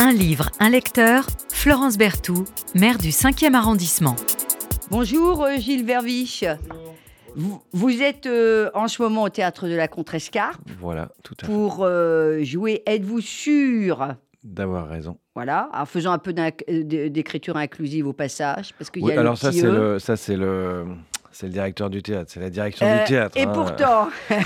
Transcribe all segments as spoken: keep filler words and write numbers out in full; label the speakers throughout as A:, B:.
A: Un livre, un lecteur, Florence Berthoud, maire du cinquième arrondissement.
B: Bonjour euh, Gilles Verviche. Vous, vous êtes euh, en ce moment au Théâtre de la Contrescarpe.
C: Voilà, tout à fait.
B: Pour euh, jouer Êtes-vous sûr
C: D'avoir raison.
B: Voilà, en faisant un peu d'écriture inclusive au passage. Parce qu'il
C: Oui,
B: y a
C: alors
B: le
C: ça,
B: petit
C: c'est
B: E.
C: le, ça, c'est le, c'est le directeur du théâtre, c'est la direction
B: Euh,
C: du théâtre.
B: Et
C: hein.
B: pourtant,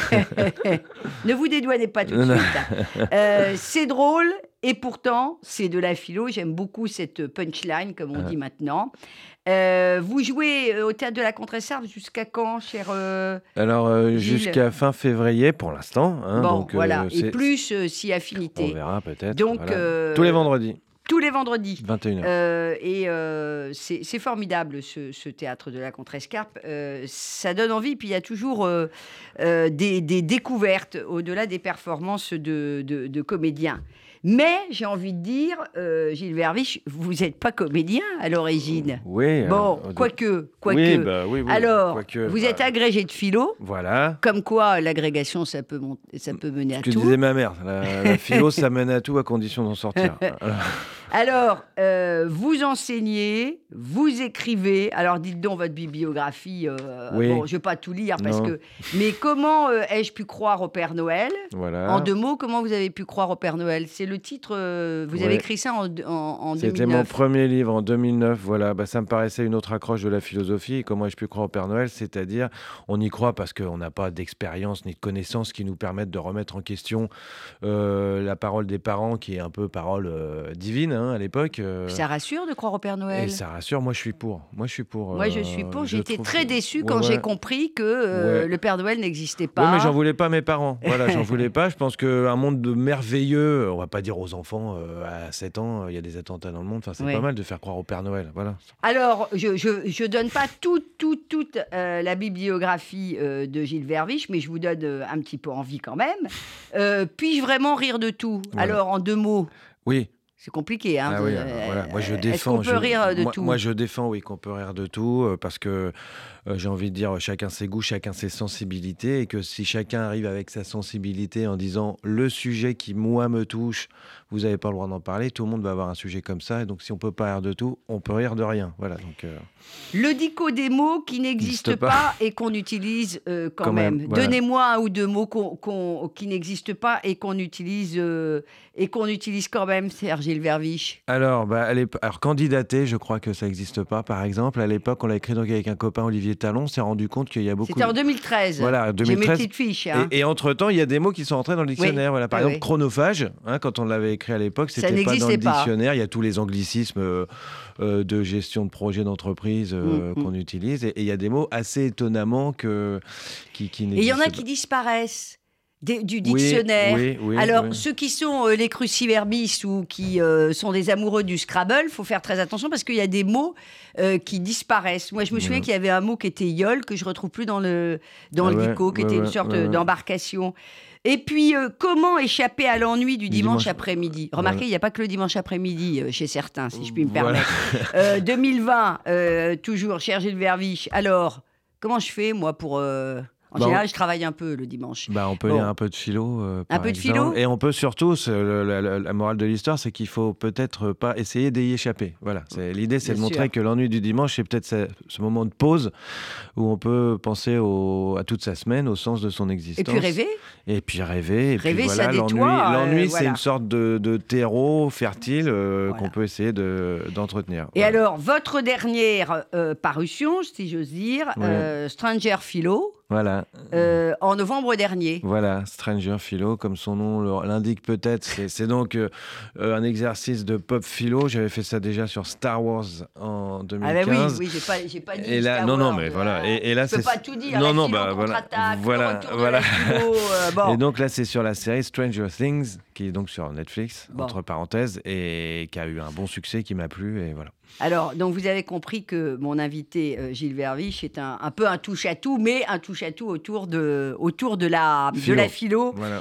B: ne vous dédouanez pas tout de
C: Non, non.
B: suite. Euh, c'est drôle, et pourtant, c'est de la philo. J'aime beaucoup cette punchline, comme on
C: Ah.
B: dit maintenant. Euh, vous jouez euh, au Théâtre de la Contrescarpe jusqu'à quand, cher euh,
C: Alors, euh,
B: Gilles.
C: jusqu'à fin février, pour l'instant. hein,
B: Bon,
C: donc, euh,
B: voilà. Et
C: c'est-
B: plus euh, si
C: On
B: affinité.
C: verra peut-être.
B: Donc,
C: voilà.
B: euh,
C: Tous les vendredis,
B: Tous les vendredis.
C: vingt et une heures.
B: Euh, et euh, c'est c'est formidable ce, ce théâtre de la Contrescarpe. Euh, ça donne envie. Puis il y a toujours euh, euh, des, des découvertes au-delà des performances de, de- de comédiens. Mais j'ai envie de dire, euh, Gilles Verviche, vous n'êtes pas comédien à l'origine.
C: Oui.
B: Bon,
C: euh,
B: quoique, quoique.
C: Oui, bah, oui, oui.
B: Alors,
C: quoique,
B: vous
C: bah,
B: êtes agrégé de philo.
C: Voilà.
B: Comme quoi, l'agrégation, ça peut, mon- ça peut mener à
C: Ce que
B: tout.
C: disait ma mère, la, la philo, ça mène à tout à condition d'en sortir. Alors,
B: Alors, euh, vous enseignez, vous écrivez. Alors, dites donc votre bibliographie. euh,
C: Oui.
B: Bon, je ne vais pas tout lire parce
C: Non.
B: que. Mais comment euh, ai-je pu croire au Père Noël ?
C: voilà.
B: En deux mots, comment vous avez pu croire au Père Noël ? C'est le titre. euh, vous avez
C: Ouais.
B: écrit ça en, en, en
C: C'était
B: deux mille neuf.
C: mon premier livre en deux mille neuf. Voilà, bah, ça me paraissait une autre accroche de la philosophie. Comment ai-je pu croire au Père Noël ? C'est-à-dire, on y croit parce qu'on n'a pas d'expérience ni de connaissances qui nous permettent de remettre en question euh, la parole des parents, qui est un peu parole euh, divine hein, à l'époque. euh,
B: Ça rassure de croire au Père Noël ?
C: et ça rassure. Moi, je suis pour. Moi, je suis pour.
B: Moi, je
C: euh,
B: suis pour.
C: je
B: J'ai été
C: trouve
B: très
C: que-
B: déçue
C: Ouais,
B: quand j'ai
C: ouais.
B: compris que euh,
C: Ouais.
B: le Père Noël n'existait pas.
C: Oui, mais j'en voulais pas à mes parents. Voilà, j'en voulais pas. Je pense qu'un monde de merveilleux, on va pas dire aux enfants euh, à sept ans, euh, il y a des attentats dans le monde. Enfin, c'est
B: Oui.
C: pas mal de faire croire au Père Noël. Voilà.
B: Alors, je ne donne pas toute, toute, toute euh, la bibliographie euh, de Gilles Verviche, mais je vous donne euh, un petit peu envie quand même. Euh, puis-je vraiment rire de tout ?
C: Voilà.
B: Alors, en deux mots,
C: Oui.
B: c'est compliqué. Hein,
C: Ah oui,
B: de-
C: alors, voilà. Moi, je
B: euh,
C: défends.
B: Est-ce qu'on peut
C: je-
B: rire de
C: moi,
B: tout ?
C: Moi, je défends, oui, qu'on peut rire de tout, euh, parce que euh, j'ai envie de dire, chacun ses goûts, chacun ses sensibilités, et que si chacun arrive avec sa sensibilité en disant le sujet qui moi me touche, vous n'avez pas le droit d'en parler, tout le monde va avoir un sujet comme ça, et donc si on peut pas rire de tout, on peut rire de rien. Voilà. Donc. euh,
B: Le dico des mots qui n'existent
C: N'existe
B: pas.
C: pas.
B: et qu'on utilise euh, quand,
C: Quand
B: même.
C: même, voilà.
B: Donnez-moi un ou deux mots qu'on- qu'on- qui n'existent pas et qu'on utilise, euh, et qu'on utilise quand même, Serge Gilles Verviche.
C: Alors, bah, à l'épo- alors, candidater, je crois que ça n'existe pas. Par exemple, à l'époque, on l'a écrit donc avec un copain, Olivier Talon, on s'est rendu compte qu'il y a beaucoup.
B: C'était en deux mille treize.
C: Voilà,
B: J'ai mes
C: deux mille treize.
B: petites fiches. hein.
C: Et, et entre-temps, il y a des mots qui sont entrés dans le dictionnaire. Voilà, par
B: oui,
C: exemple,
B: oui.
C: chronophage, hein, quand on l'avait écrit à l'époque,
B: Ça
C: c'était pas dans
B: n'existait
C: le
B: pas.
C: dictionnaire. Il y a tous les anglicismes euh, euh, de gestion de projet d'entreprise euh,
B: Mm, mm.
C: qu'on utilise. Et et il y a des mots assez étonnamment que, qui, qui
B: Et il y
C: n'existent
B: en a
C: pas.
B: qui disparaissent des- du
C: Oui,
B: dictionnaire.
C: oui, oui,
B: Alors,
C: oui.
B: ceux qui sont euh, les cruciverbistes ou qui euh, sont des amoureux du Scrabble, il faut faire très attention parce qu'il y a des mots euh, qui disparaissent. Moi, je me souviens
C: Ouais.
B: qu'il y avait un mot qui était yole que je retrouve plus dans le, dans
C: Ah
B: le
C: ouais,
B: dico, qui
C: ouais,
B: était une
C: ouais,
B: sorte
C: ouais, ouais.
B: d'embarcation. Et puis, euh, comment échapper à l'ennui du
C: Du
B: dimanche,
C: dimanche.
B: après-midi ? Remarquez,
C: Voilà.
B: il n'y a pas que le dimanche après-midi euh, chez certains, si je puis me
C: Voilà.
B: permettre. Euh, deux mille vingt, euh, toujours, cher Gilles Verviche. Alors, comment je fais, moi, pour... euh, En
C: Bah,
B: général, je travaille un peu le dimanche.
C: Bah, on peut
B: Bon.
C: lire un peu de philo. euh, par
B: peu de
C: exemple.
B: philo
C: Et on peut surtout, c'est le- la, la- la morale de l'histoire, c'est qu'il faut peut-être pas essayer d'y échapper. Voilà. C'est, l'idée, c'est
B: Bien
C: de montrer
B: sûr.
C: que l'ennui du dimanche, c'est peut-être ce, ce moment de pause où on peut penser au- à toute sa semaine, au sens de son existence.
B: Et puis rêver.
C: Et puis rêver. Et
B: Rêver,
C: puis
B: ça
C: voilà, l'ennui,
B: nettoie, euh,
C: l'ennui c'est
B: voilà.
C: une sorte de, de terreau fertile euh,
B: Voilà.
C: qu'on peut essayer de, d'entretenir.
B: Et
C: Voilà.
B: alors, votre dernière euh, parution, si j'ose dire,
C: Ouais.
B: euh, Stranger Philo,
C: Voilà.
B: euh, en novembre dernier.
C: Voilà, Stranger Philo, comme son nom le- l'indique peut-être. C'est, c'est donc euh, euh, un exercice de pop philo. J'avais fait ça déjà sur Star Wars en deux mille
B: Ah
C: quinze.
B: bah oui, oui, j'ai pas, j'ai pas dit.
C: Et là,
B: Star
C: non, non,
B: Wars,
C: mais
B: euh,
C: voilà. Et, et là,
B: je peux
C: c'est
B: pas tout dire.
C: non,
B: la
C: non,
B: philo
C: bah voilà,
B: contre-attaque,
C: voilà,
B: le retour de
C: voilà.
B: la philo, euh, bon.
C: Et donc là, c'est sur la série Stranger Things, qui est donc sur Netflix,
B: Bon.
C: entre parenthèses, et qui a eu un bon succès, qui m'a plu, et voilà.
B: Alors, donc vous avez compris que mon invité euh, Gilles Verviche est un, un peu un touche-à-tout, mais un touche-à-tout autour de, autour de la de
C: Philo.
B: la philo.
C: Voilà.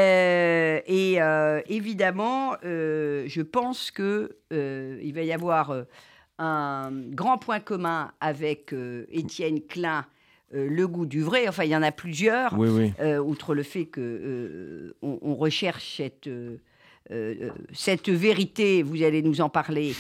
B: Euh, et euh, évidemment, euh, je pense que euh, il va y avoir euh, un grand point commun avec euh, Étienne Klein. Euh, le goût du vrai, enfin il y en a plusieurs,
C: Oui, oui.
B: euh, outre le fait que euh, on, on recherche cette euh, euh, cette vérité, vous allez nous en parler,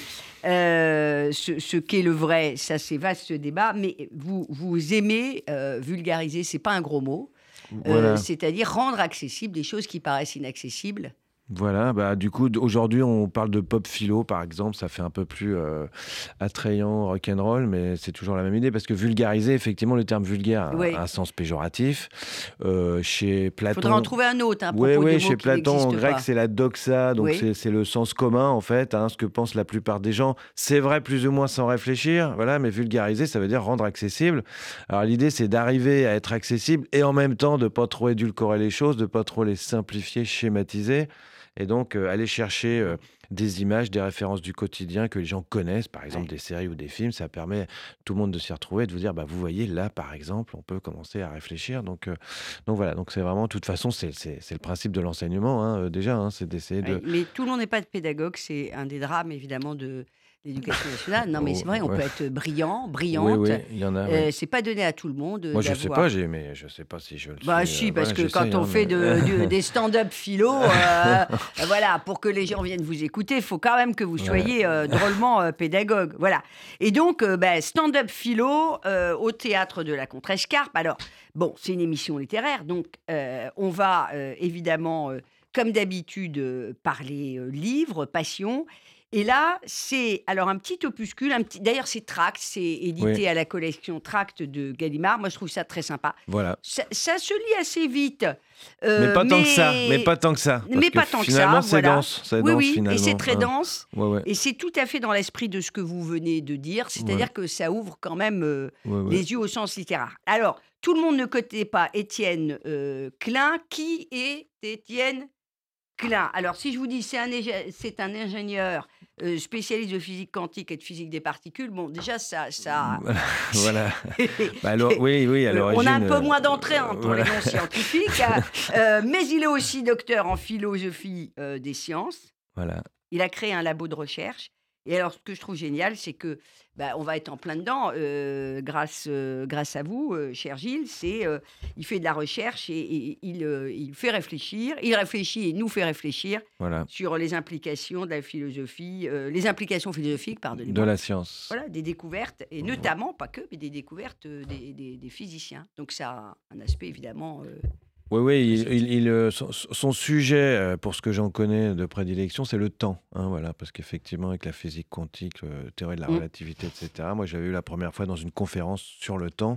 B: euh, ce, ce qu'est le vrai, ça c'est vaste débat, mais vous, vous aimez euh, vulgariser, c'est pas un gros mot,
C: Voilà.
B: euh, c'est-à-dire rendre accessibles des choses qui paraissent inaccessibles.
C: Voilà, bah, du coup, d- aujourd'hui, on parle de pop philo, par exemple, ça fait un peu plus euh, attrayant, rock'n'roll, mais c'est toujours la même idée, parce que vulgariser, effectivement, le terme vulgaire a
B: Oui.
C: un sens péjoratif. Euh, chez
B: Il
C: Platon...
B: faudra en trouver un autre, un
C: Oui,
B: propos
C: oui,
B: de mots
C: chez
B: qui
C: Platon, en
B: n'existe
C: grec,
B: pas.
C: c'est la doxa, donc
B: Oui.
C: c'est c'est le sens commun, en fait, hein, ce que pensent la plupart des gens. C'est vrai, plus ou moins sans réfléchir, voilà, mais vulgariser, ça veut dire rendre accessible. Alors, l'idée, c'est d'arriver à être accessible et en même temps de ne pas trop édulcorer les choses, de ne pas trop les simplifier, schématiser. Et donc, euh, aller chercher euh, des images, des références du quotidien que les gens connaissent, par exemple
B: Ouais.
C: des séries ou des films, ça permet à tout le monde de s'y retrouver et de vous dire, bah, vous voyez, là, par exemple, on peut commencer à réfléchir. Donc, euh, donc voilà, donc c'est vraiment, de toute façon, c'est c'est- c'est le principe de l'enseignement, hein, euh, déjà, hein, c'est d'essayer
B: Ouais,
C: de...
B: mais tout le monde n'est pas de pédagogue, c'est un des drames évidemment de l'éducation nationale. Non, mais
C: Oh,
B: c'est vrai, on
C: ouais.
B: peut être brillant,
C: Oui,
B: brillante.
C: oui, il y en a, oui.
B: Euh, c'est pas donné à tout le monde euh,
C: Moi, je sais
B: d'avoir.
C: pas, j'ai, mais je sais pas si je le
B: Bah
C: suis.
B: si,
C: euh,
B: parce
C: voilà,
B: que quand
C: j'essaye,
B: on
C: hein,
B: fait
C: mais-
B: de, du- des stand-up philo, euh, voilà, pour que les gens viennent vous écouter, il faut quand même que vous soyez euh, drôlement euh, pédagogue. Voilà. Et donc, euh, bah, stand-up philo euh, au théâtre de la Contrescarpe. Alors, bon, c'est une émission littéraire, donc euh, on va euh, évidemment, euh, comme d'habitude, euh, parler euh, livres, passion. Et là, c'est alors un petit opuscule, un petit. D'ailleurs, c'est Tract, c'est édité
C: Oui.
B: à la collection Tract de Gallimard. Moi, je trouve ça très sympa.
C: Voilà.
B: Ça, ça se lit assez vite.
C: Mais
B: euh,
C: pas tant que ça, mais pas tant que ça. Parce
B: mais
C: que
B: pas tant que ça,
C: finalement, c'est
B: voilà.
C: dense, c'est
B: Oui,
C: dense,
B: oui,
C: finalement.
B: et c'est très
C: hein.
B: dense.
C: Ouais, ouais,
B: Et c'est tout à fait dans l'esprit de ce que vous venez de dire, c'est-à-dire
C: Ouais.
B: que ça ouvre quand même euh,
C: ouais, ouais.
B: les yeux au sens littéraire. Alors, tout le monde ne connaît pas Étienne euh, Klein. Qui est Étienne Klein? Alors, si je vous dis c'est un, ingé- c'est un ingénieur euh, spécialiste de physique quantique et de physique des particules, bon, déjà, ça... ça...
C: Voilà. Bah, alors, oui, oui, à
B: Euh,
C: l'origine.
B: on a un peu
C: euh,
B: moins d'entrée hein,
C: euh,
B: pour
C: voilà.
B: les non-scientifiques, hein. Euh, mais il est aussi docteur en philosophie euh, des sciences.
C: Voilà.
B: Il a créé un labo de recherche. Et alors, ce que je trouve génial, c'est que bah, on va être en plein dedans euh, grâce, euh, grâce à vous, euh, cher Gilles. C'est, euh, il fait de la recherche et, et il, euh, il fait réfléchir. Il réfléchit et nous fait réfléchir
C: Voilà.
B: sur les implications de la philosophie, euh, les implications philosophiques,
C: De
B: pardonnez-moi.
C: la science.
B: Voilà, des découvertes, et notamment, pas que, mais des découvertes euh, des, des- des physiciens. Donc ça a un aspect évidemment... euh,
C: Oui, oui, il,
B: positif.
C: il- il, euh, son, son sujet, euh, pour ce que j'en connais de prédilection, c'est le temps. hein, voilà, parce qu'effectivement, avec la physique quantique, euh, théorie de la
B: Mm.
C: relativité, et cetera, moi, j'avais eu la première fois dans une conférence sur le temps.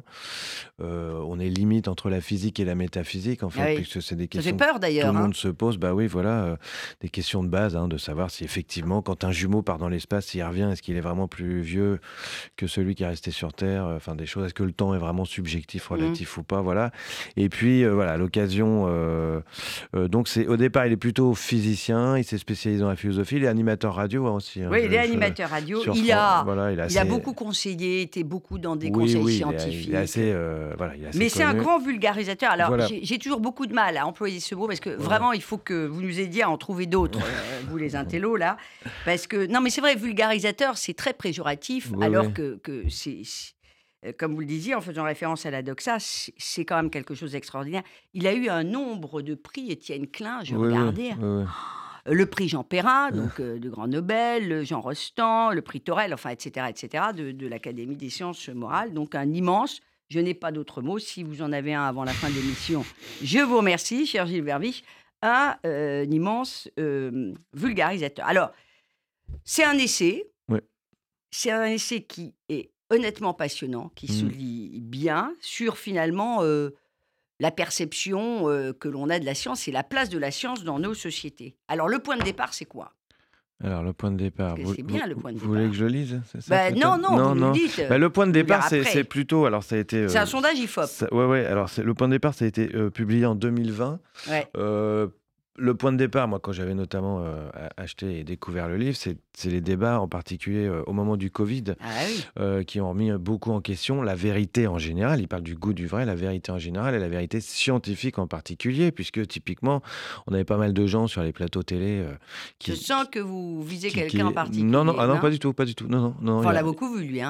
C: Euh, on est limite entre la physique et la métaphysique, en fait,
B: Ah oui.
C: puisque c'est des
B: Ça
C: questions
B: fait peur
C: tout
B: d'ailleurs.
C: le
B: hein.
C: monde se pose, bah oui, voilà, euh, des questions de base, hein, de savoir si effectivement, quand un jumeau part dans l'espace, s'il revient, est-ce qu'il est vraiment plus vieux que celui qui est resté sur Terre, euh, enfin des choses, est-ce que le temps est vraiment subjectif, relatif ou pas, voilà. Et puis, euh, voilà, à l'occasion, euh, euh, donc c'est, au départ, il est plutôt physicien, il s'est spécialisé dans la philosophie, il est animateur radio hein, aussi. hein,
B: Oui,
C: je-
B: il est
C: je-
B: animateur radio.
C: sur
B: Il
C: Fran-
B: a,
C: voilà, il, est
B: il a
C: assez-
B: beaucoup conseillé, était beaucoup dans des
C: oui,
B: conseils
C: oui, il est-
B: scientifiques.
C: Il est assez, euh, voilà, il est assez
B: Mais c'est un
C: connu.
B: grand vulgarisateur. Alors,
C: Voilà.
B: j'ai j'ai toujours beaucoup de mal à employer ce mot parce que vraiment, il faut que vous nous aidiez à en trouver d'autres, euh, vous les intellos, là. Parce que, non, mais c'est vrai, vulgarisateur, c'est très péjoratif,
C: Oui,
B: alors
C: oui.
B: que, que c'est. c'est- euh, Comme vous le disiez, en faisant référence à la doxa, c'est c'est quand même quelque chose d'extraordinaire. Il a eu un nombre de prix, Étienne Klein, je
C: Oui, oui,
B: regardais.
C: oui, oui.
B: Euh, Le prix Jean Perrin, donc euh, de Grand Nobel, le Jean Rostand, le prix Torel, enfin, et cetera, et cetera, de, de l'Académie des sciences morales. Donc un immense, je n'ai pas d'autre mot. Si vous en avez un avant la fin de l'émission, je vous remercie, cher Gilles Vervich, un, euh, un immense euh, vulgarisateur. Alors, c'est un essai.
C: Ouais.
B: C'est un essai qui est honnêtement passionnant, qui se
C: Mm.
B: lit bien sur finalement euh, la perception euh, que l'on a de la science et la place de la science dans nos sociétés. Alors, le point de départ, c'est quoi?
C: Alors, le point de départ.
B: Parce que
C: vous,
B: c'est bien,
C: vous-
B: le point de
C: vous voulez
B: départ.
C: que je lise c'est ça,
B: Bah,
C: peut-être
B: non, non, vous nous le dites.
C: Bah, le point de
B: Vous le
C: départ,
B: dire
C: c'est
B: après.
C: c'est plutôt. Alors, ça a été.
B: C'est
C: euh,
B: un sondage I F O P.
C: ça- ouais, ouais. Alors, c'est- le point de départ, ça a été euh, publié en deux mille vingt.
B: Ouais.
C: Euh, le point de départ, moi, quand j'avais notamment euh, a- acheté et découvert le livre, c'est c'est les débats, en particulier euh, au moment du Covid,
B: Ah oui.
C: euh, qui ont remis beaucoup en question la vérité en général. Il parle du goût du vrai, la vérité en général et la vérité scientifique en particulier, puisque typiquement, on avait pas mal de gens sur les plateaux télé euh, qui.
B: Je sens que vous visez
C: qui-
B: quelqu'un
C: qui-
B: en particulier.
C: Non, non, ah non, pas du tout, pas du tout. Non, non, non.
B: Enfin, on
C: il y a-
B: l'a beaucoup vu, lui. Hein.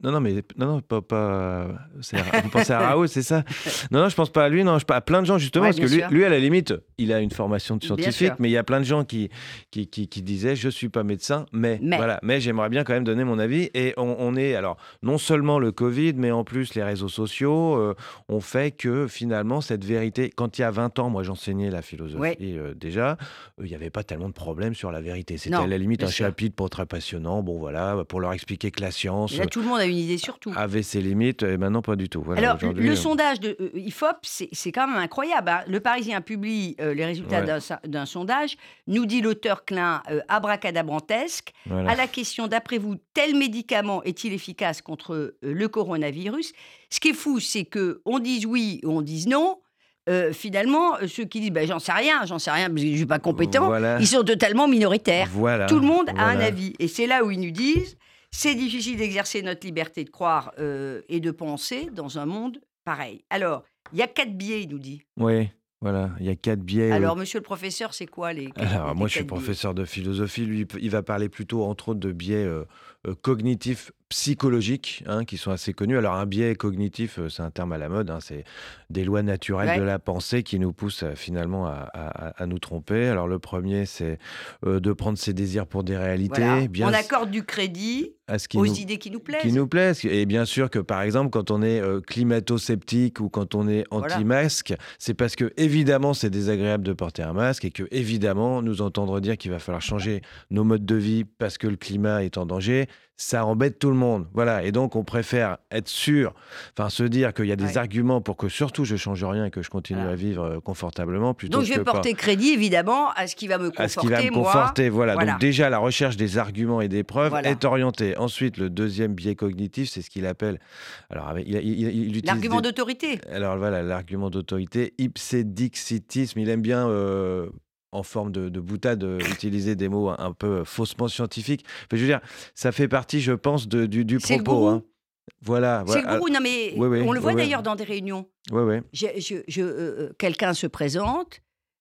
C: Non, non, mais non, non, pas, pas... c'est- vous pensez à Raoult, c'est ça? Non, non, je pense pas à lui, non, je pense à plein de gens justement,
B: Ouais,
C: parce que
B: bien
C: lui,
B: sûr.
C: lui, à la limite, il a une formation de
B: Bien
C: scientifique,
B: sûr.
C: mais il y a plein de gens qui, qui, qui, qui disaient, je suis pas médecin, mais,
B: Mais.
C: voilà, mais j'aimerais bien quand même donner mon avis. Et on, on est, alors, non seulement le Covid, mais en plus les réseaux sociaux, euh, ont fait que finalement, cette vérité, quand il y a vingt ans, moi j'enseignais la philosophie
B: Ouais.
C: euh, déjà, euh, il n'y avait pas tellement de problèmes sur la vérité. C'était
B: Non,
C: à la limite
B: bien
C: un
B: sûr.
C: chapitre pas très passionnant, bon voilà, pour leur expliquer que la
B: Et
C: science
B: là, tout le monde a une idée sur tout.
C: avait ses limites, et maintenant pas du tout. Voilà,
B: Alors,
C: aujourd'hui,
B: le
C: euh,
B: sondage de euh, I F O P, c'est c'est quand même incroyable, hein. Le Parisien publie euh, les résultats
C: ouais,
B: d'un sa- d'un sondage, nous dit l'auteur Klein, euh, abracadabrantesque. À
C: voilà.
B: la question, d'après vous, tel médicament est-il efficace contre euh, le coronavirus? Ce qui est fou, c'est qu'on dise oui ou on dise non. Euh, finalement, euh, ceux qui disent ben, j'en sais rien, j'en sais rien parce que je ne suis pas compétent,
C: Voilà,
B: ils sont totalement minoritaires. Tout le
C: voilà,
B: monde a un
C: voilà.
B: avis. Et c'est là où ils nous disent c'est difficile d'exercer notre liberté de croire euh, et de penser dans un monde pareil. Alors, il y a quatre biais, il nous dit.
C: Oui, voilà. Il y a quatre biais. euh,
B: Alors, monsieur le professeur, c'est quoi les quatre,
C: Alors,
B: les
C: moi, je suis
B: quatre biais?
C: professeur de philosophie. Lui, il peut- il va parler plutôt, entre autres, de biais euh, euh, cognitifs psychologiques, hein, qui sont assez connus. Alors, un biais cognitif, euh, c'est un terme à la mode. Hein, c'est des lois naturelles de
B: Ouais,
C: la pensée qui nous poussent euh, finalement à, à- à nous tromper. Alors, le premier, c'est euh, de prendre ses désirs pour des réalités,
B: voilà.
C: bien
B: On
C: s-
B: accorde du crédit
C: à ce qui
B: aux
C: nous,
B: idées qui nous
C: qui
B: plaisent.
C: nous plaisent. Et bien sûr que, par exemple, quand on est euh, climato-sceptique ou quand on est
B: Voilà.
C: anti-masque, c'est parce que, évidemment, c'est désagréable de porter un masque et que, évidemment, nous entendre dire qu'il va falloir changer nos modes de vie parce que le climat est en danger, ça embête tout le monde. Voilà. Et donc, on préfère être sûr, enfin, se dire qu'il y a des
B: Ouais.
C: arguments pour que, surtout, je change rien et que je continue
B: Voilà.
C: à vivre euh, confortablement plutôt
B: Donc, je
C: que
B: vais
C: pas
B: porter crédit, évidemment, à ce qui va me
C: à ce qui va
B: conforter,
C: me
B: moi.
C: conforter. Voilà.
B: Voilà.
C: Donc déjà, la recherche des arguments et des preuves
B: Voilà.
C: est orientée. Ensuite, le deuxième biais cognitif, c'est ce qu'il appelle... Alors, avec- il, il- il- il utilise
B: L'argument
C: des-
B: d'autorité.
C: Alors voilà, l'argument d'autorité, ipsédixitisme. Il aime bien... euh, en forme de, de boutade, euh, utiliser des mots un, un peu euh, faussement scientifiques. Enfin, je veux dire, ça fait partie, je pense, de- du, du
B: C'est le
C: propos.
B: gourou.
C: Hein. Voilà,
B: C'est
C: voilà.
B: le gourou. Non, mais
C: Oui, oui,
B: on le voit
C: oui, oui.
B: d'ailleurs dans des réunions.
C: Ouais, ouais.
B: Je- je- je- euh, euh, quelqu'un se présente,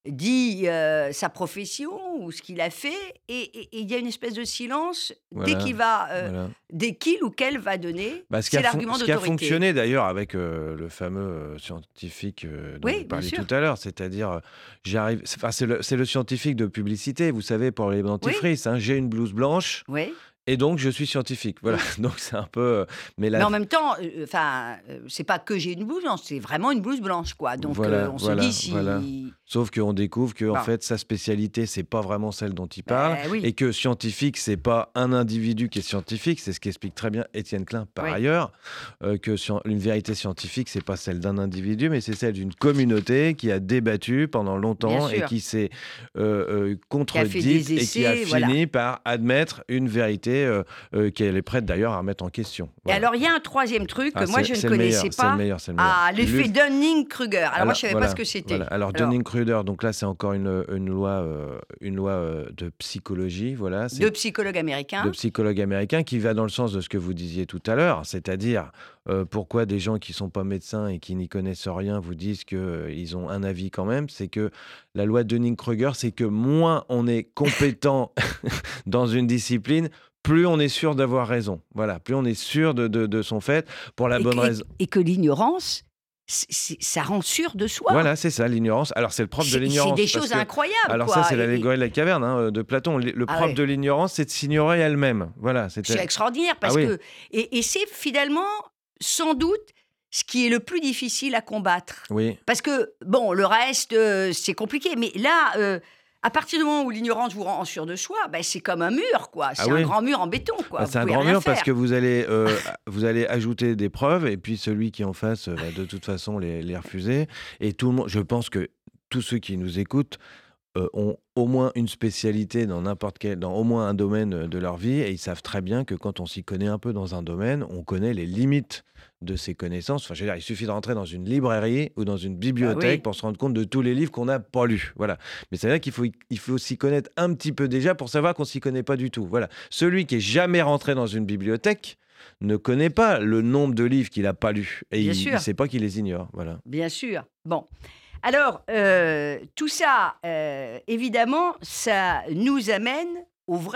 B: dit euh, sa profession ou ce qu'il a fait, et et- et il y a une espèce de silence dès
C: Voilà,
B: qu'il va, euh,
C: voilà.
B: dès qu'il ou qu'elle va donner.
C: Bah, ce qui
B: C'est
C: a, fon-
B: l'argument
C: ce qui a
B: d'autorité.
C: fonctionné d'ailleurs avec euh, le fameux euh, scientifique euh, dont
B: Oui,
C: vous
B: bien
C: parliez
B: sûr.
C: tout à l'heure, c'est-à-dire, euh, j'arrive, c'est, enfin, c'est le, c'est le scientifique de publicité, vous savez, pour les
B: Oui,
C: dentifrices, hein, j'ai une blouse blanche
B: oui.
C: et donc je suis scientifique. Voilà,
B: Mm.
C: donc c'est un peu. euh, mais
B: Mais
C: la,
B: en même temps, euh, enfin, euh, c'est pas que j'ai une blouse blanche, c'est vraiment une blouse blanche, quoi. Donc
C: Voilà,
B: euh, on
C: voilà,
B: se dit si.
C: voilà. Sauf qu'on découvre que en
B: Bon.
C: fait sa spécialité c'est pas vraiment celle dont il parle
B: Ben oui.
C: et que scientifique c'est pas un individu qui est scientifique, c'est ce qu'explique très bien Étienne Klein par
B: Oui.
C: ailleurs, euh, que scien- une vérité scientifique c'est pas celle d'un individu mais c'est celle d'une communauté qui a débattu pendant longtemps
B: Bien
C: et
B: sûr.
C: qui s'est euh, euh,
B: Qui a fait
C: contredite
B: des
C: et qui a
B: essais,
C: fini
B: voilà.
C: par admettre une vérité euh, euh, qu'elle est prête d'ailleurs à remettre en question.
B: Et
C: Voilà.
B: alors, il y a un troisième truc que
C: Ah,
B: moi
C: c'est-
B: je ne
C: c'est le meilleur,
B: connaissais
C: c'est le
B: pas.
C: meilleur, c'est le meilleur.
B: Ah, l'effet
C: Lui-
B: Dunning-Kruger. Alors, moi,
C: Alors,
B: je savais
C: voilà,
B: pas ce que c'était.
C: voilà. Alors,
B: Alors,
C: Dunning-Kruger, donc là, c'est encore une, une loi, euh, une loi euh, de psychologie, voilà. C'est
B: deux psychologues américains.
C: de psychologue américain qui va dans le sens de ce que vous disiez tout à l'heure, c'est-à-dire euh, pourquoi des gens qui sont pas médecins et qui n'y connaissent rien vous disent qu'ils ont un avis quand même, c'est que la loi de Dunning-Kruger, c'est que moins on est compétent dans une discipline, plus on est sûr d'avoir raison. Voilà, plus on est sûr de, de, de son fait, pour la
B: et,
C: bonne
B: que-
C: raison.
B: et que l'ignorance, c'est- c'est- ça rend sûr de soi.
C: Voilà, c'est ça, l'ignorance. Alors, c'est le propre de
B: C'est c'est
C: l'ignorance.
B: des
C: parce
B: choses
C: que-
B: incroyables.
C: Alors
B: quoi.
C: ça, c'est
B: Et-
C: l'allégorie de la caverne hein, de Platon. Le le
B: Ah
C: propre
B: ouais.
C: de l'ignorance, c'est de s'ignorer elle-même. Voilà,
B: C'est
C: c'était...
B: extraordinaire parce
C: Ah oui.
B: que et, et c'est finalement sans doute ce qui est le plus difficile à combattre.
C: Oui,
B: Parce que bon, le reste euh, c'est compliqué, mais là, euh, à partir du moment où l'ignorance vous rend sûr de soi, ben, c'est comme un mur, quoi. C'est
C: Ah
B: un
C: oui.
B: grand mur en béton, quoi.
C: Bah,
B: Vous
C: c'est un
B: pouvez
C: grand
B: rien
C: mur parce
B: faire.
C: que vous allez, euh, vous allez ajouter des preuves et puis celui qui est en face euh, va de toute façon les, les refuser. Et tout le monde, je pense que tous ceux qui nous écoutent euh, ont au moins une spécialité dans n'importe quel, dans au moins un domaine euh, de leur vie et ils savent très bien que quand on s'y connaît un peu dans un domaine, on connaît les limites de ses connaissances. Enfin, je veux dire, il suffit de rentrer dans une librairie ou dans une bibliothèque
B: Ah oui.
C: pour se rendre compte de tous les livres qu'on n'a pas lus. Voilà. Mais c'est vrai qu'il faut, il faut s'y connaître un petit peu déjà pour savoir qu'on s'y connaît pas du tout. Voilà. Celui qui est jamais rentré dans une bibliothèque ne connaît pas le nombre de livres qu'il n'a pas lus. Et
B: Bien
C: il
B: sûr.
C: ne sait pas qu'il les ignore. Voilà.
B: Bien sûr. Bon. Alors, euh, tout ça, euh, évidemment, ça nous amène au vrai.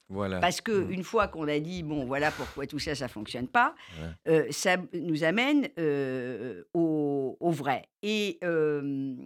C: Voilà.
B: Parce
C: Mmh.
B: qu'une fois qu'on a dit, bon, voilà pourquoi tout ça, ça ne fonctionne pas,
C: Ouais.
B: euh, ça nous amène euh, au, au vrai. Et euh,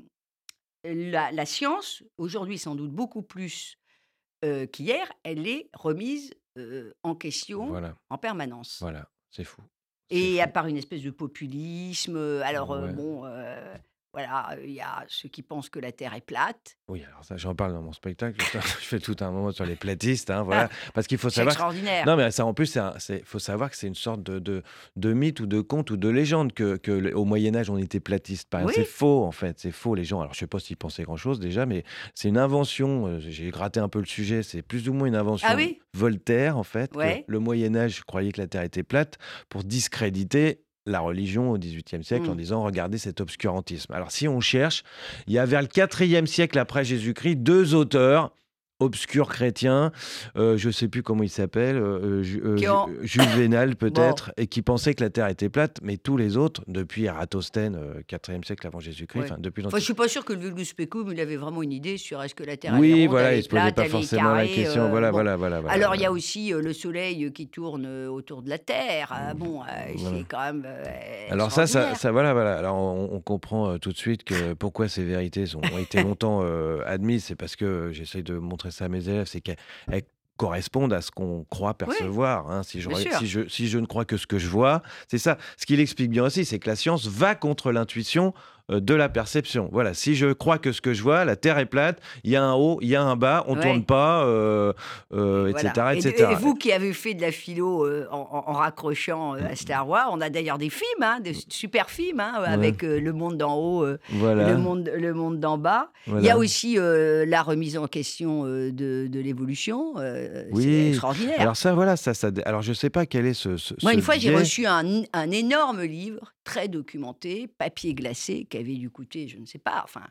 B: la, la science, aujourd'hui sans doute beaucoup plus euh, qu'hier, elle est remise euh, en question
C: Voilà,
B: en permanence.
C: voilà. C'est fou. C'est
B: Et à
C: fou.
B: part une espèce de populisme, heu, alors, heu,
C: Ouais.
B: bon, heu, voilà, il y a ceux qui pensent que la terre est plate.
C: Oui, alors ça, j'en parle dans mon spectacle. Je fais tout un moment sur les platistes, hein,
B: Ah,
C: voilà. Parce qu'il faut
B: c'est
C: savoir que
B: extraordinaire.
C: non, mais ça, en plus, c'est un c'est faut savoir que c'est une sorte de de de mythe ou de conte ou de légende que que le au Moyen Âge, on était platiste. Par exemple,
B: Oui,
C: c'est faux, en fait, c'est faux. Les gens alors je sais pas s'ils pensaient grand-chose déjà, mais c'est une invention, heu, j'ai gratté un peu le sujet, c'est plus ou moins une
B: ah
C: invention
B: oui?
C: Voltaire, en fait, que
B: Ouais.
C: le Moyen Âge croyait que la terre était plate pour discréditer la religion au dix-huitième siècle en
B: Mmh.
C: disant: «Regardez cet obscurantisme». Alors si on cherche, il y a vers le quatrième siècle après Jésus-Christ deux auteurs obscurs chrétiens, euh, je ne sais plus comment ils s'appellent, euh, Ju- euh,
B: Qui
C: Ju-
B: ont
C: euh, Jules Vénal
B: bon,
C: peut-être, et qui pensaient que la Terre était plate, mais tous les autres, depuis Ératosthène, euh, quatrième siècle avant Jésus-Christ,
B: ouais.
C: enfin depuis
B: Enfin, je
C: l'Antiquité.
B: suis pas sûre que le Vulgus Pecum, il avait vraiment une idée sur est-ce que la terre, elle est
C: Oui,
B: ronde,
C: voilà,
B: elle
C: il
B: est
C: ne se posait
B: plate,
C: pas
B: elle est
C: forcément la
B: carrée,
C: question.
B: heu,
C: Voilà,
B: bon.
C: voilà, voilà, voilà,
B: Alors il y a
C: voilà.
B: aussi, heu, le soleil, heu, qui tourne, heu, autour de la terre, ah
C: Mm,
B: bon, heu, c'est
C: voilà.
B: quand même, heu,
C: Alors ça, ça,
B: extraordinaire.
C: ça, voilà, voilà. Alors on, on comprend euh, tout de suite que pourquoi ces vérités sont- ont été longtemps euh, admises. C'est parce que euh, j'essaye de montrer ça à mes élèves, c'est qu'elles elles correspondent à ce qu'on croit
B: Oui,
C: percevoir, hein. Si je,
B: bien
C: re-
B: sûr.
C: si je, si je ne crois que ce que je vois, c'est ça. Ce qu'il explique bien aussi, c'est que la science va contre l'intuition euh, de la perception. Voilà. Si je crois que ce que je vois, la Terre est plate, il y a un haut, il y a un bas, on tourne
B: Ouais.
C: pas, euh, euh,
B: Et voilà.
C: et cetera,
B: Et, de- et
C: et cetera.
B: vous qui avez fait de la philo euh, en, en- en raccrochant euh, à
C: Mm,
B: Star Wars, on a d'ailleurs des films, hein, des super films, hein,
C: ouais.
B: avec euh, le monde d'en haut euh, et le
C: Voilà,
B: monde, le monde d'en bas. Il y a
C: voilà.
B: aussi euh, la remise en question euh, de, de l'évolution. euh, c'est
C: Oui,
B: extraordinaire.
C: alors ça, voilà, ça, ça. Alors je sais pas quel est ce, ce,
B: Moi,
C: ce
B: une fois, j'ai
C: biais.
B: reçu un, un énorme livre, très documenté, papier glacé, qui avait dû coûter, je ne sais pas, enfin,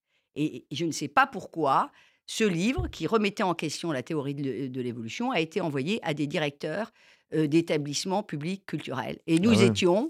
B: et je ne sais pas pourquoi, ce livre, qui remettait en question la théorie de l'é- de l'évolution, a été envoyé à des directeurs euh, d'établissements publics culturels. Et
C: Ah
B: nous
C: ouais.
B: étions,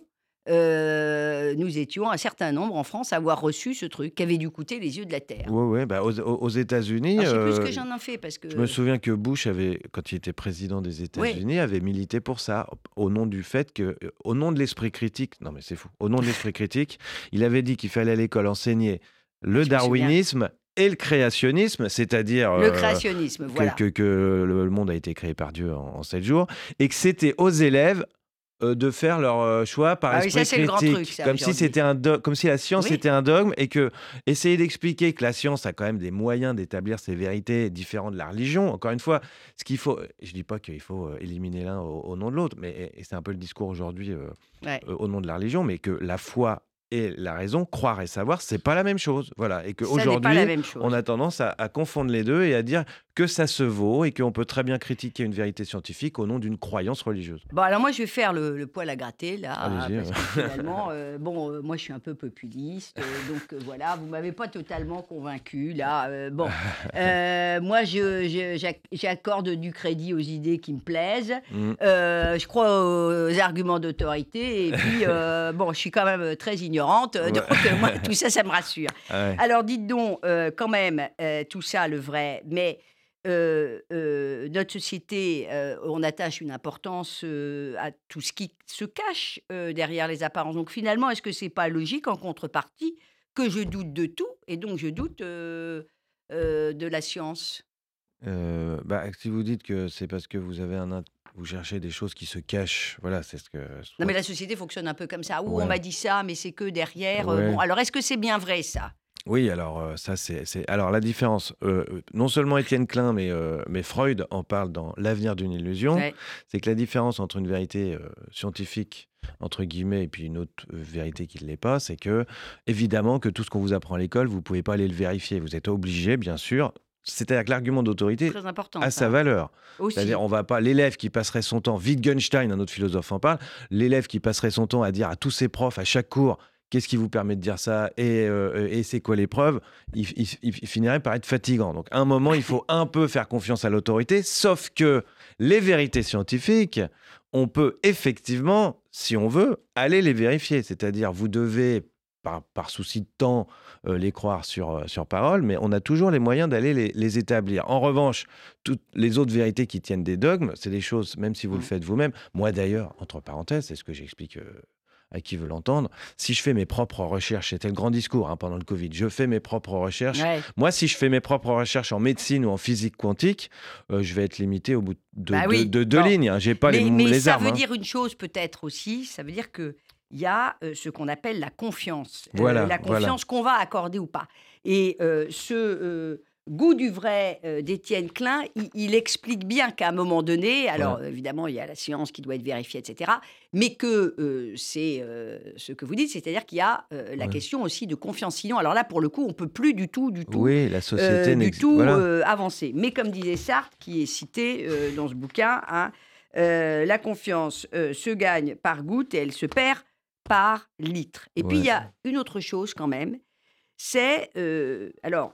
B: euh, nous étions un certain nombre en France à avoir reçu ce truc, qui avait dû coûter les yeux de la terre.
C: Ouais, ouais, bah, aux, aux- aux États-Unis,
B: Alors, je sais plus ce que
C: euh,
B: j'en ai fait, parce
C: je me
B: que...
C: souviens que Bush avait, quand il était président des
B: Oui,
C: États-Unis, avait milité pour ça, au nom du fait que, euh, au nom de l'esprit critique, non mais c'est fou, au nom de l'esprit critique, il avait dit qu'il fallait à l'école enseigner le
B: je me souviens.
C: darwinisme et le créationnisme, c'est-à-dire
B: Le
C: euh,
B: créationnisme,
C: que,
B: voilà.
C: que, que le, le monde a été créé par Dieu en, en sept jours, et que c'était aux élèves euh, de faire leur euh, choix par
B: Ah oui, ça,
C: esprit
B: c'est le grand truc,
C: critique,
B: ça,
C: comme si
B: aujourd'hui.
C: c'était un do- comme si la science
B: Oui,
C: était un dogme et que essayer d'expliquer que la science a quand même des moyens d'établir ses vérités différents de la religion. Encore une fois, ce qu'il faut, je dis pas qu'il faut euh, éliminer l'un au, au nom de l'autre, mais et, et c'est un peu le discours aujourd'hui euh,
B: ouais.
C: euh, au nom de la religion, mais que la foi et la raison, croire et savoir, c'est pas la même chose. Voilà, et
B: Ça n'est pas la
C: qu'aujourd'hui,
B: même
C: on
B: chose.
C: a tendance à, à confondre les deux et à dire que ça se vaut et qu'on peut très bien critiquer une vérité scientifique au nom d'une croyance religieuse.
B: Bon, alors moi, je vais faire le, le poil à gratter, là,
C: Allez-y.
B: parce que finalement, euh, bon, euh, moi, je suis un peu populiste, euh, donc euh, voilà, vous m'avez pas totalement convaincu, là. euh, bon, Euh, moi, je, je- j'ac- j'accorde du crédit aux idées qui me plaisent,
C: Mm.
B: euh, je crois aux arguments d'autorité, et puis, euh, bon, je suis quand même très ignorante, euh,
C: Ouais.
B: donc euh, moi, tout ça, ça me rassure.
C: Ah ouais.
B: Alors, dites donc, euh, quand même, euh, tout ça, le vrai, mais heu heu, notre société, heu, on attache une importance, heu, à tout ce qui se cache, heu, derrière les apparences. Donc finalement, est-ce que c'est pas logique en contrepartie que je doute de tout et donc je doute, heu heu, de la science?
C: Euh, bah, si vous dites que c'est parce que vous avez un int- vous cherchez des choses qui se cachent, voilà, c'est ce que je
B: Non,
C: crois
B: mais
C: que-
B: la société fonctionne un peu comme ça. «Ouh, on
C: ouais,
B: m'a dit ça, mais c'est que derrière, heu» bon,
C: ouais.
B: alors est-ce que c'est bien vrai ça?
C: Oui, alors euh, ça c'est c'est alors la différence. Euh, euh, non seulement Étienne Klein, mais euh, mais Freud en parle dans L'avenir d'une illusion.
B: Ouais,
C: C'est que la différence entre une vérité euh, scientifique entre guillemets et puis une autre euh, vérité qui ne l'est pas, c'est que évidemment que tout ce qu'on vous apprend à l'école, vous pouvez pas aller le vérifier. Vous êtes obligé, bien sûr. C'est-à-dire que l'argument d'autorité
B: très important
C: a sa
B: ça.
C: valeur. C'est-à-dire,
B: Aussi.
C: on va pas. L'élève qui passerait son temps, Wittgenstein, un autre philosophe en parle, l'élève qui passerait son temps à dire à tous ses profs, à chaque cours, qu'est-ce qui vous permet de dire ça et, euh, et c'est quoi l'épreuve, il, il- il finirait par être fatigant. Donc, à un moment, il faut un peu faire confiance à l'autorité, sauf que les vérités scientifiques, on peut effectivement, si on veut, aller les vérifier. C'est-à-dire, vous devez par, par souci de temps, euh, les croire sur, sur parole, mais on a toujours les moyens d'aller les, les établir. En revanche, toutes les autres vérités qui tiennent des dogmes, c'est des choses, même si vous le faites vous-même. Moi d'ailleurs, entre parenthèses, c'est ce que j'explique... Euh, à qui veut l'entendre, si je fais mes propres recherches, c'était le grand discours hein, pendant le Covid, je fais mes propres recherches. Ouais. Moi, si je fais mes propres recherches en médecine ou en physique quantique, euh, je vais être limité au bout de bah oui. deux bon. lignes. Hein. J'ai pas mais, les,
B: mais
C: les
B: ça
C: armes.
B: Ça veut
C: hein.
B: dire une chose peut-être aussi, ça veut dire qu'il y a euh, ce qu'on appelle la confiance.
C: Voilà,
B: euh, la confiance voilà. qu'on va accorder ou pas. Et euh, ce... Euh, Goût du vrai euh, d'Étienne Klein, il, il explique bien qu'à un moment donné, alors ouais. évidemment, il y a la science qui doit être vérifiée, et cetera, mais que euh, c'est euh, ce que vous dites, c'est-à-dire qu'il y a euh, la ouais. question aussi de confiance. Sinon, alors là, pour le coup, on ne peut plus du tout, du tout,
C: oui, la société
B: euh, du tout
C: voilà.
B: euh, avancer. Mais comme disait Sartre, qui est cité euh, dans ce bouquin, hein, euh, la confiance euh, se gagne par goutte et elle se perd par litre. Et ouais. puis, il y a une autre chose quand même, c'est... Euh, alors...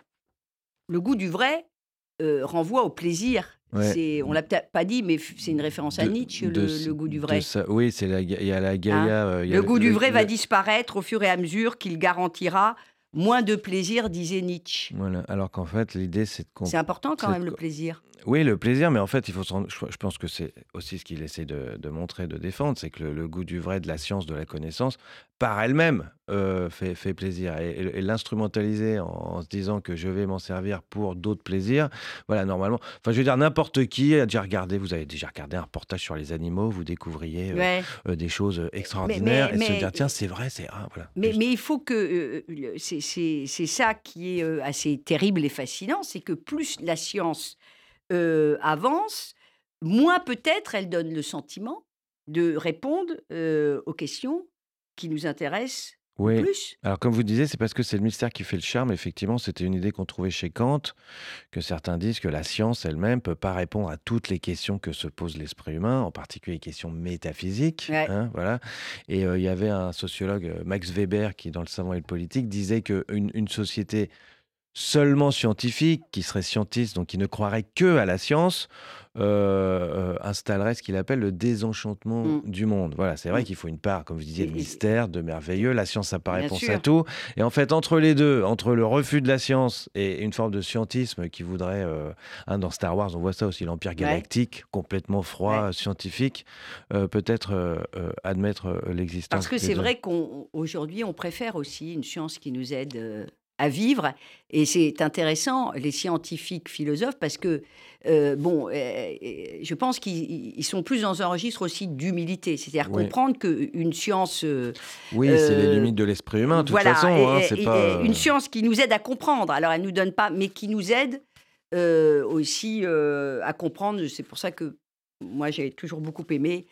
B: Le goût du vrai euh, renvoie au plaisir. Ouais. C'est, on ne l'a peut-être pas dit, mais c'est une référence à de, Nietzsche, de, le, le goût du vrai.
C: Ça, oui, c'est la, il y a la Gaïa.
B: Hein
C: euh,
B: le, le goût le, du vrai le, va disparaître au fur et à mesure qu'il garantira moins de plaisir, disait Nietzsche.
C: Voilà. Alors qu'en fait, l'idée, c'est de... Comp-
B: c'est important quand même, de... le plaisir.
C: Oui, le plaisir, mais en fait, il faut se rendre... je pense que c'est aussi ce qu'il essaie de, de montrer, de défendre, c'est que le, le goût du vrai, de la science, de la connaissance, par elle-même, euh, fait, fait plaisir. Et, et, et l'instrumentaliser en, en se disant que je vais m'en servir pour d'autres plaisirs, voilà, normalement... Enfin, je veux dire, n'importe qui a déjà regardé, vous avez déjà regardé un reportage sur les animaux, vous découvriez euh, ouais. euh, des choses extraordinaires, mais, mais, et mais, se dire, tiens, c'est vrai, c'est... Ah, voilà,
B: mais, mais il faut que... Euh, c'est, c'est, c'est ça qui est euh, assez terrible et fascinant, c'est que plus la science... Euh, avance, moins peut-être elle donne le sentiment de répondre euh, aux questions qui nous intéressent
C: oui.
B: le plus.
C: Alors comme vous disiez, c'est parce que c'est le mystère qui fait le charme. Effectivement, c'était une idée qu'on trouvait chez Kant, que certains disent que la science elle-même ne peut pas répondre à toutes les questions que se pose l'esprit humain, en particulier les questions métaphysiques. Ouais. Hein, voilà. Et il euh, y avait un sociologue, Max Weber, qui dans Le Savant et le Politique, disait qu'une une société seulement scientifique, qui serait scientiste, donc qui ne croirait que à la science, euh, euh, installerait ce qu'il appelle le désenchantement mmh. du monde. Voilà, c'est vrai mmh. qu'il faut une part, comme vous disiez, de mystère, de merveilleux. La science n'a pas réponse sûr. à tout. Et en fait, entre les deux, entre le refus de la science et une forme de scientisme qui voudrait, euh, hein, dans Star Wars, on voit ça aussi, l'Empire galactique, ouais. complètement froid, ouais. scientifique, euh, peut-être euh, euh, admettre euh, l'existence.
B: Parce que c'est
C: deux.
B: vrai qu'aujourd'hui, on, on préfère aussi une science qui nous aide... Euh... à vivre, et c'est intéressant, les scientifiques philosophes, parce que, euh, bon, euh, je pense qu'ils ils sont plus dans un registre aussi d'humilité, c'est-à-dire oui. comprendre qu'une science... Euh,
C: oui, euh, c'est les limites de l'esprit humain, de toute
B: voilà,
C: façon.
B: Et,
C: hein,
B: et,
C: c'est
B: et,
C: pas...
B: Une science qui nous aide à comprendre, alors elle ne nous donne pas, mais qui nous aide euh, aussi euh, à comprendre, c'est pour ça que moi j'ai toujours beaucoup aimé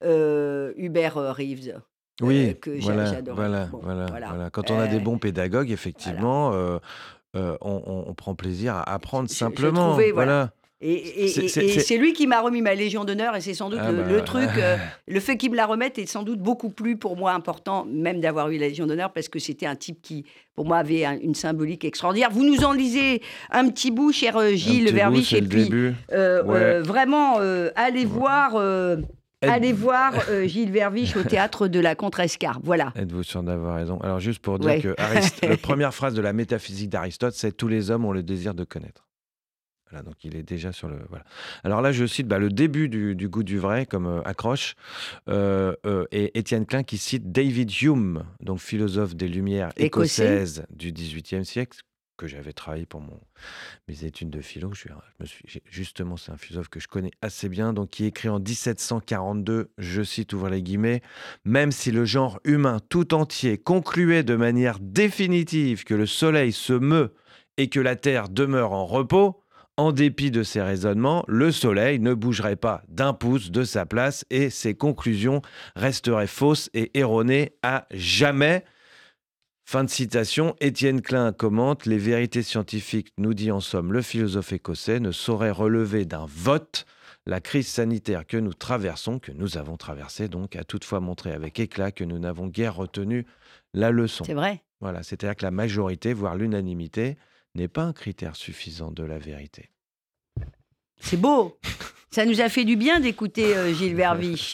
B: euh, Hubert Reeves.
C: Oui,
B: euh, que
C: voilà,
B: j'adore.
C: voilà,
B: Bon,
C: voilà,
B: voilà.
C: voilà. Quand on a des
B: Euh,
C: bons pédagogues, effectivement,
B: voilà.
C: euh, euh, on, on, on prend plaisir à apprendre
B: Je- je
C: simplement.
B: trouvais,
C: voilà.
B: voilà. Et, et-
C: C'est-
B: et-
C: c'est-
B: et
C: c'est-
B: c'est lui qui m'a remis ma Légion d'honneur, et c'est sans doute
C: Ah
B: le,
C: bah,
B: le truc, euh, le fait qu'il me la remette est sans doute beaucoup plus pour moi important, même d'avoir eu la Légion d'honneur, parce que c'était un type qui, pour moi, avait un- une symbolique extraordinaire. Vous nous en lisez un petit bout, cher euh,
C: Un
B: Gilles
C: petit bout,
B: Verviche,
C: c'est
B: et
C: le
B: puis
C: début.
B: euh,
C: Ouais.
B: euh, vraiment, euh, allez voir, euh,
C: Êtes-
B: allez voir euh, Gilles Verviche au théâtre de la Contrescarpe. Voilà.
C: Êtes-vous sûr d'avoir raison? Alors, juste pour dire
B: Ouais.
C: que Arist- la première phrase de la métaphysique d'Aristote, c'est « Tous les hommes ont le désir de connaître ». Voilà, donc il est déjà sur le... Voilà. Alors là, je cite bah, le début du, du goût du vrai comme euh, accroche, euh, euh, et Étienne Klein qui cite David Hume, donc philosophe des Lumières
B: Écossais.
C: écossaises du dix-huitième siècle, que j'avais travaillé pour mon, mes études de philo. Je, suis, je me suis, j'ai- justement, c'est un philosophe que je connais assez bien, donc qui écrit en dix-sept cent quarante-deux, je cite, ouvre les guillemets, « Même si le genre humain tout entier concluait de manière définitive que le soleil se meut et que la terre demeure en repos, en dépit de ces raisonnements, le soleil ne bougerait pas d'un pouce de sa place et ses conclusions resteraient fausses et erronées à jamais. » Fin de citation. Étienne Klein commente « Les vérités scientifiques, nous dit en somme le philosophe écossais, ne sauraient relever d'un vote. La crise sanitaire que nous traversons, que nous avons traversée, donc, a toutefois montré avec éclat que nous n'avons guère retenu la leçon. »
B: C'est vrai.
C: Voilà, c'est-à-dire que la majorité, voire l'unanimité, n'est pas un critère suffisant de la vérité.
B: C'est beau. Ça nous a fait du bien d'écouter euh, Gilles Verviche.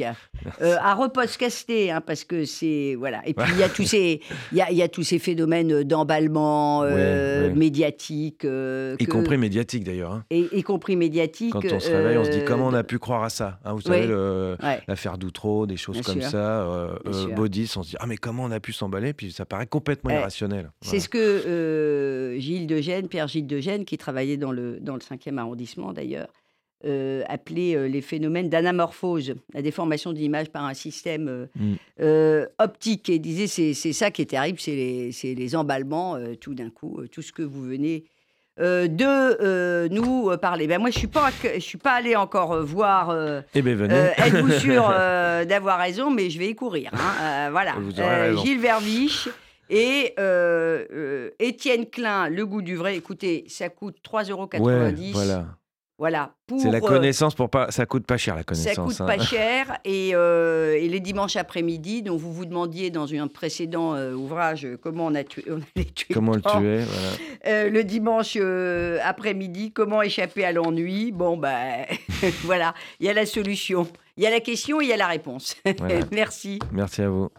B: euh, à repodcaster, hein, parce que c'est voilà. Et puis il y a tous ces, il y a, il y a tous ces phénomènes d'emballement euh,
C: Ouais, ouais.
B: médiatique, euh,
C: Y
B: que-
C: compris médiatique d'ailleurs. hein.
B: et, y compris médiatique.
C: Quand on se réveille, on se dit
B: euh,
C: comment on a pu croire à ça. hein, vous savez,
B: ouais.
C: le-
B: Ouais.
C: l'affaire d'Outreau, des choses
B: Bien
C: comme
B: sûr.
C: ça. euh,
B: Bien
C: euh,
B: sûr.
C: Baudis, on se dit ah mais comment on a pu s'emballer. Puis ça paraît complètement
B: Ouais.
C: irrationnel.
B: C'est
C: Voilà.
B: ce que euh, Gilles de Gênes, Pierre Gilles de Gênes, qui travaillait dans le, dans le cinquième arrondissement d'ailleurs, euh, appelait euh, les phénomènes d'anamorphose, la déformation de l'image par un système euh,
C: Mm.
B: euh, optique. Et il disait c'est c'est ça qui est terrible, c'est les, c'est les emballements, euh, tout d'un coup, euh, tout ce que vous venez euh, de euh, nous euh, parler. Ben moi, je suis pas, je suis pas allée encore euh, voir. euh,
C: Eh bien venez.
B: euh, Êtes-vous sûr euh, d'avoir raison, mais je vais y courir. hein. Euh, voilà.
C: Vous aurez raison.
B: Gilles Verviche et euh, euh, Étienne Klein, Le goût du vrai. Écoutez, ça coûte trois euros
C: ouais,
B: quatre-vingt-dix.
C: voilà.
B: Voilà. Pour,
C: C'est la
B: euh,
C: connaissance pour pas. Ça coûte pas cher la
B: ça
C: connaissance.
B: coûte
C: hein.
B: pas cher. Et, euh, et les dimanches après-midi, dont vous vous demandiez dans un précédent euh, ouvrage euh, comment on, a tué, on allait tuer
C: Comment le
B: temps.
C: tuer voilà.
B: Euh, le dimanche euh, après-midi, comment échapper à l'ennui. Bon, ben voilà, il y a la solution. Il y a la question et il y a la réponse.
C: Voilà.
B: Merci.
C: Merci à vous.